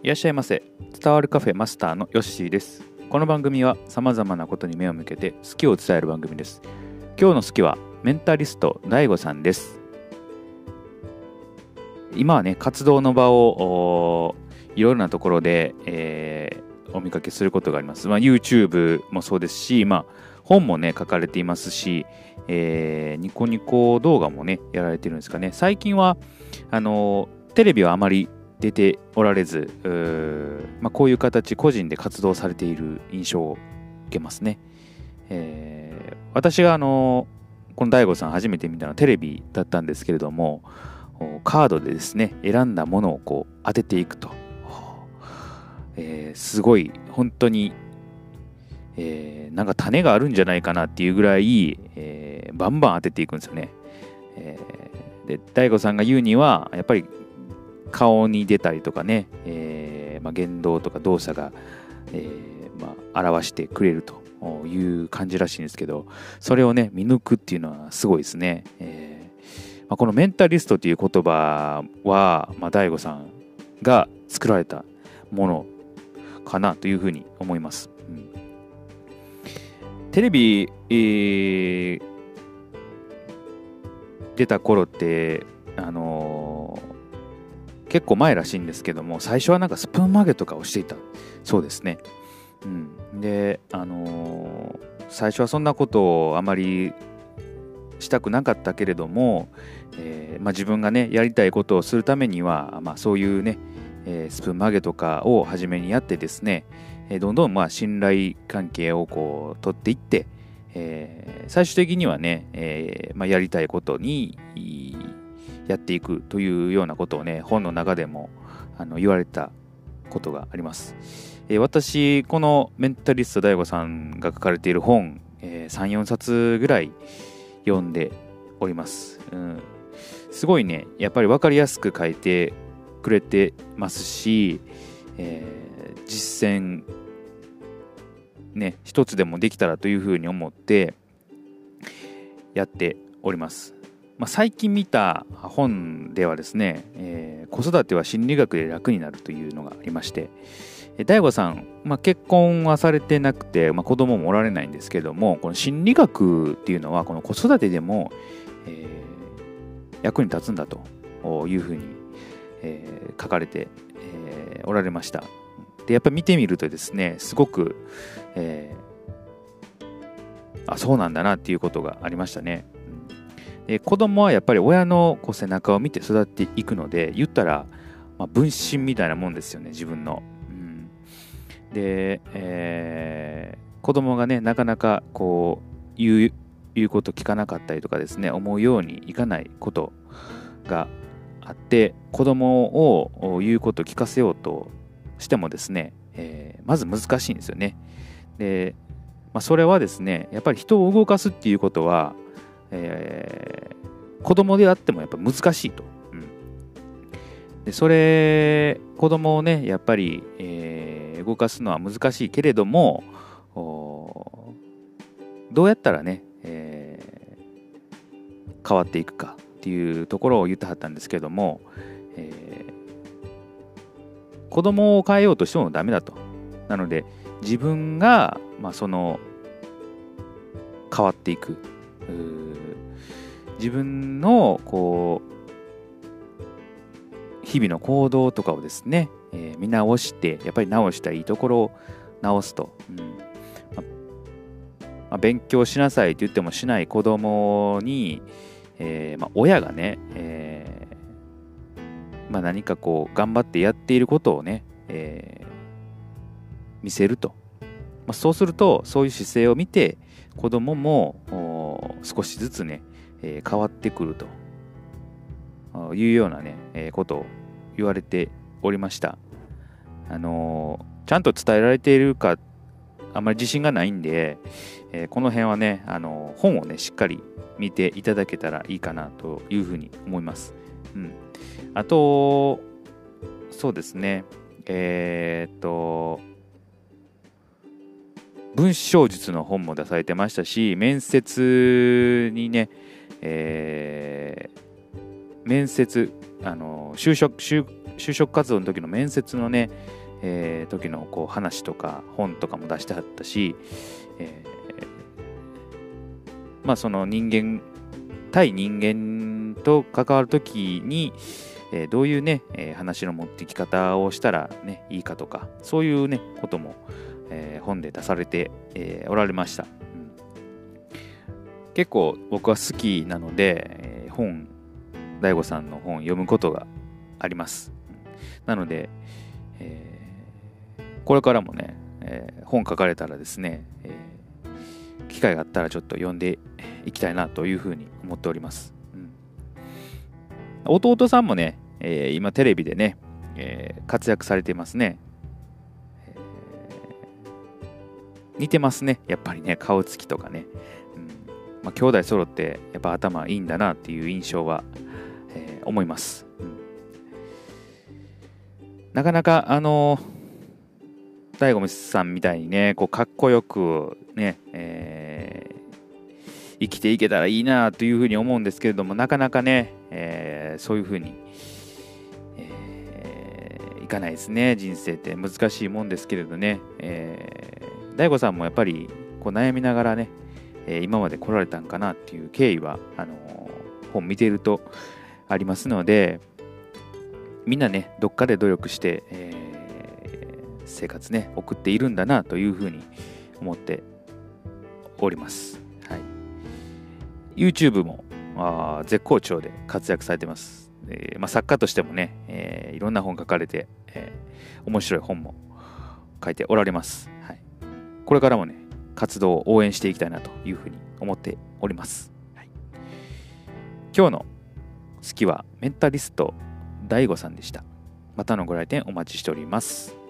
いらっしゃいませ。伝わるカフェマスターのヨッシーです。この番組は様々なことに目を向けて好きを伝える番組です。今日の好きはメンタリスト DAIGO さんです。今はね、活動の場をいろいろなところで、お見かけすることがあります。YouTube もそうですし、本もね書かれていますし、ニコニコ動画もねやられてるんですかね。最近はテレビはあまり出ておられず、こういう形個人で活動されている印象を受けますね。私がこの DAIGO さん初めて見たのはテレビだったんですけれども、カードでですね選んだものをこう当てていくと、すごい本当に、なんか種があるんじゃないかなっていうぐらい、バンバン当てていくんですよね。で DAIGO さんが言うにはやっぱり顔に出たりとかね、言動とか動作が、表してくれるという感じらしいんですけど、それをね見抜くっていうのはすごいですね。このメンタリストという言葉は、DAIGO さんが作られたものかなというふうに思います。テレビ、出た頃って結構前らしいんですけども、最初はなんかスプーン曲げとかをしていたそうですね。で最初はそんなことをあまりしたくなかったけれども、自分がねやりたいことをするためには、そういうね、スプーン曲げとかを初めにやってですね、どんどん信頼関係をこう取っていって、最終的にはね、やりたいことにやっていくというようなことをね本の中でも言われたことがあります。私このメンタリスト DAIGO さんが書かれている本、3、4冊ぐらい読んでおります。すごいねやっぱり分かりやすく書いてくれてますし、実践ね一つでもできたらというふうに思ってやっております。最近見た本ではですね、子育ては心理学で楽になるというのがありまして、DAIGO さん、結婚はされてなくて、子供もおられないんですけども、この心理学っていうのはこの子育てでも、役に立つんだというふうに、書かれて、おられました。でやっぱり見てみるとですねすごく、そうなんだなっていうことがありましたね。で子供はやっぱり親のこう背中を見て育っていくので、言ったら、分身みたいなもんですよね、自分の。で、子供がねなかなかこう言うこと聞かなかったりとかですね、思うようにいかないことがあって、子供を言うこと聞かせようとしてもですね、まず難しいんですよね。で、それはですねやっぱり人を動かすっていうことは、子供であってもやっぱ難しいと。でそれ子供をねやっぱり、動かすのは難しいけれども、どうやったらね、変わっていくかっていうところを言ってはったんですけども、子供を変えようとしてもダメだと。なので自分が、その変わっていく、自分のこう日々の行動とかをですね、見直して、やっぱり直したいいところを直すと。勉強しなさいって言ってもしない子供に、親がね、何かこう頑張ってやっていることをね、見せると。そうするとそういう姿勢を見て子供も少しずつね、変わってくるというようなね、ことを言われておりました。ちゃんと伝えられているかあまり自信がないんで、この辺はね本をねしっかり見ていただけたらいいかなというふうに思います。あとそうですね文章術の本も出されてましたし、面接にね、面接就就職活動の時の面接のね、時のこう話とか本とかも出してはったし、その対人間と関わる時に、どういうね、話の持ってき方をしたらねいいかとか、そういうねことも、本で出されて、おられました。結構僕は好きなので、大悟さんの本を読むことがあります。なので、これからもね、本書かれたらですね、機会があったらちょっと読んでいきたいなというふうに思っております。弟さんもね、今テレビでね、活躍されていますね。似てますね、やっぱりね、顔つきとかね。兄弟揃ってやっぱ頭いいんだなっていう印象は、思います。なかなか大悟さんみたいにね、こうかっこよくね、生きていけたらいいなというふうに思うんですけれども、なかなかね、そういうふうに、いかないですね。人生って難しいもんですけれどね、大悟さんもやっぱりこう悩みながらね、今まで来られたんかなっていう経緯は本見ているとありますので、みんなねどっかで努力して、生活ね送っているんだなというふうに思っております。はい、YouTube も絶好調で活躍されてます。作家としてもね、いろんな本書かれて、面白い本も書いておられます。はい、これからもね活動を応援していきたいなというふうに思っております。はい、今日の好きはメンタリスト大悟さんでした。またのご来店お待ちしております。